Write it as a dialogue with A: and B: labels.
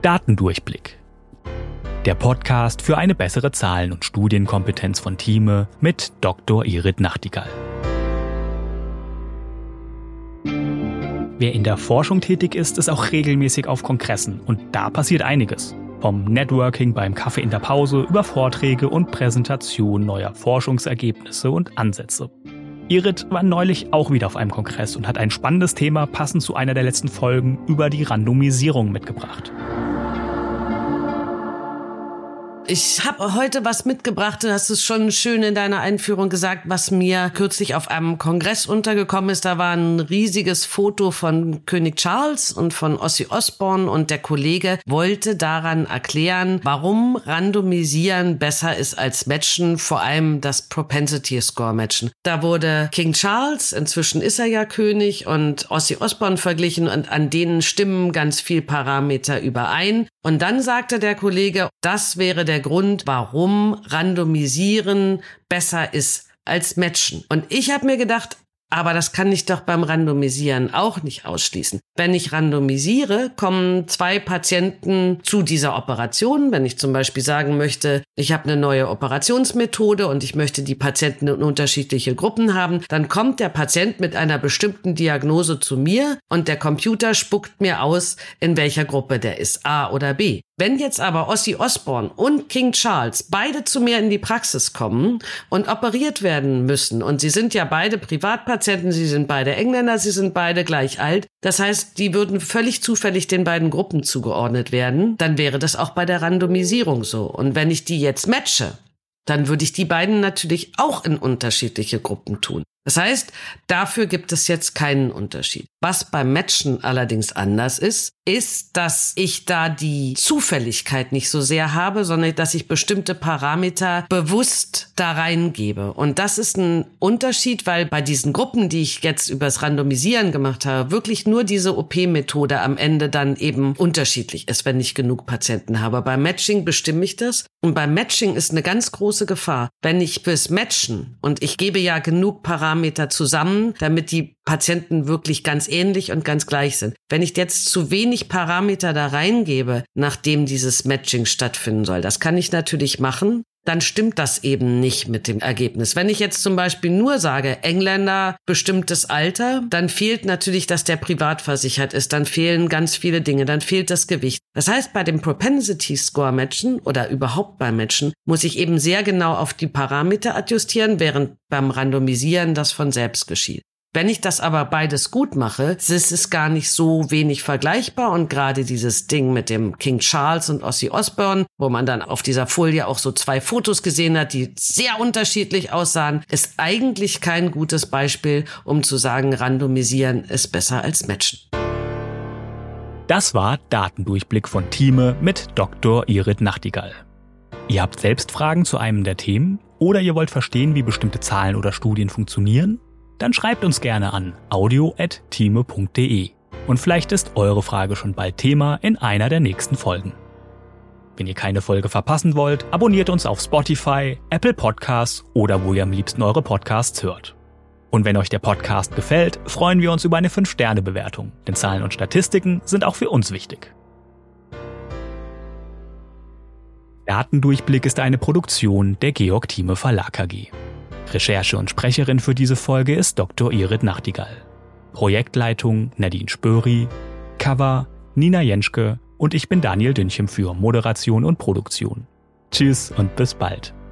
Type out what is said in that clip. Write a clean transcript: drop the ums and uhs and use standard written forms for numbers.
A: Datendurchblick. Der Podcast für eine bessere Zahlen- und Studienkompetenz von Thieme mit Dr. Irit Nachtigall. Wer in der Forschung tätig ist, ist auch regelmäßig auf Kongressen und da passiert einiges. Vom Networking beim Kaffee in der Pause über Vorträge und Präsentation neuer Forschungsergebnisse und Ansätze. Irit war neulich auch wieder auf einem Kongress und hat ein spannendes Thema passend zu einer der letzten Folgen über die Randomisierung mitgebracht.
B: Ich habe heute was mitgebracht, du hast es schon schön in deiner Einführung gesagt, was mir kürzlich auf einem Kongress untergekommen ist. Da war ein riesiges Foto von König Charles und von Ozzy Osbourne und der Kollege wollte daran erklären, warum Randomisieren besser ist als Matchen, vor allem das Propensity Score Matchen. Da wurde King Charles, inzwischen ist er ja König, und Ozzy Osbourne verglichen und an denen stimmen ganz viel Parameter überein. Und dann sagte der Kollege, das wäre der Grund, warum Randomisieren besser ist als Matchen. Und ich habe mir gedacht, aber das kann ich doch beim Randomisieren auch nicht ausschließen. Wenn ich randomisiere, kommen 2 Patienten zu dieser Operation. Wenn ich zum Beispiel sagen möchte, ich habe eine neue Operationsmethode und ich möchte die Patienten in unterschiedliche Gruppen haben, dann kommt der Patient mit einer bestimmten Diagnose zu mir und der Computer spuckt mir aus, in welcher Gruppe der ist, A oder B. Wenn jetzt aber Ozzy Osbourne und King Charles beide zu mir in die Praxis kommen und operiert werden müssen, und sie sind ja beide Privatpatienten, sie sind beide Engländer, sie sind beide gleich alt, das heißt, die würden völlig zufällig den beiden Gruppen zugeordnet werden, dann wäre das auch bei der Randomisierung so. Und wenn ich die jetzt matche, dann würde ich die beiden natürlich auch in unterschiedliche Gruppen tun. Das heißt, dafür gibt es jetzt keinen Unterschied. Was beim Matchen allerdings anders ist, dass ich da die Zufälligkeit nicht so sehr habe, sondern dass ich bestimmte Parameter bewusst da reingebe. Und das ist ein Unterschied, weil bei diesen Gruppen, die ich jetzt übers Randomisieren gemacht habe, wirklich nur diese OP-Methode am Ende dann eben unterschiedlich ist, wenn ich genug Patienten habe. Beim Matching bestimme ich das. Und beim Matching ist eine ganz große Gefahr. Wenn ich fürs Matchen, und ich gebe ja genug Parameter zusammen, damit die Patienten wirklich ganz ähnlich und ganz gleich sind. Wenn ich jetzt zu wenig Parameter da reingebe, nachdem dieses Matching stattfinden soll, das kann ich natürlich machen, dann stimmt das eben nicht mit dem Ergebnis. Wenn ich jetzt zum Beispiel nur sage, Engländer, bestimmtes Alter, dann fehlt natürlich, dass der privat versichert ist, dann fehlen ganz viele Dinge, dann fehlt das Gewicht. Das heißt, bei dem Propensity Score Matchen oder überhaupt beim Matchen muss ich eben sehr genau auf die Parameter adjustieren, während beim Randomisieren das von selbst geschieht. Wenn ich das aber beides gut mache, ist es gar nicht so wenig vergleichbar, und gerade dieses Ding mit dem King Charles und Ozzy Osbourne, wo man dann auf dieser Folie auch so 2 Fotos gesehen hat, die sehr unterschiedlich aussahen, ist eigentlich kein gutes Beispiel, um zu sagen, Randomisieren ist besser als Matchen.
A: Das war Datendurchblick von Thieme mit Dr. Irit Nachtigall. Ihr habt selbst Fragen zu einem der Themen oder ihr wollt verstehen, wie bestimmte Zahlen oder Studien funktionieren? Dann schreibt uns gerne an audio@thieme.de und vielleicht ist eure Frage schon bald Thema in einer der nächsten Folgen. Wenn ihr keine Folge verpassen wollt, abonniert uns auf Spotify, Apple Podcasts oder wo ihr am liebsten eure Podcasts hört. Und wenn euch der Podcast gefällt, freuen wir uns über eine 5-Sterne-Bewertung, denn Zahlen und Statistiken sind auch für uns wichtig. Datendurchblick ist eine Produktion der Georg Thieme Verlag AG. Recherche und Sprecherin für diese Folge ist Dr. Irit Nachtigall. Projektleitung Nadine Spöri, Cover Nina Jenschke und ich bin Daniel Dünchem für Moderation und Produktion. Tschüss und bis bald.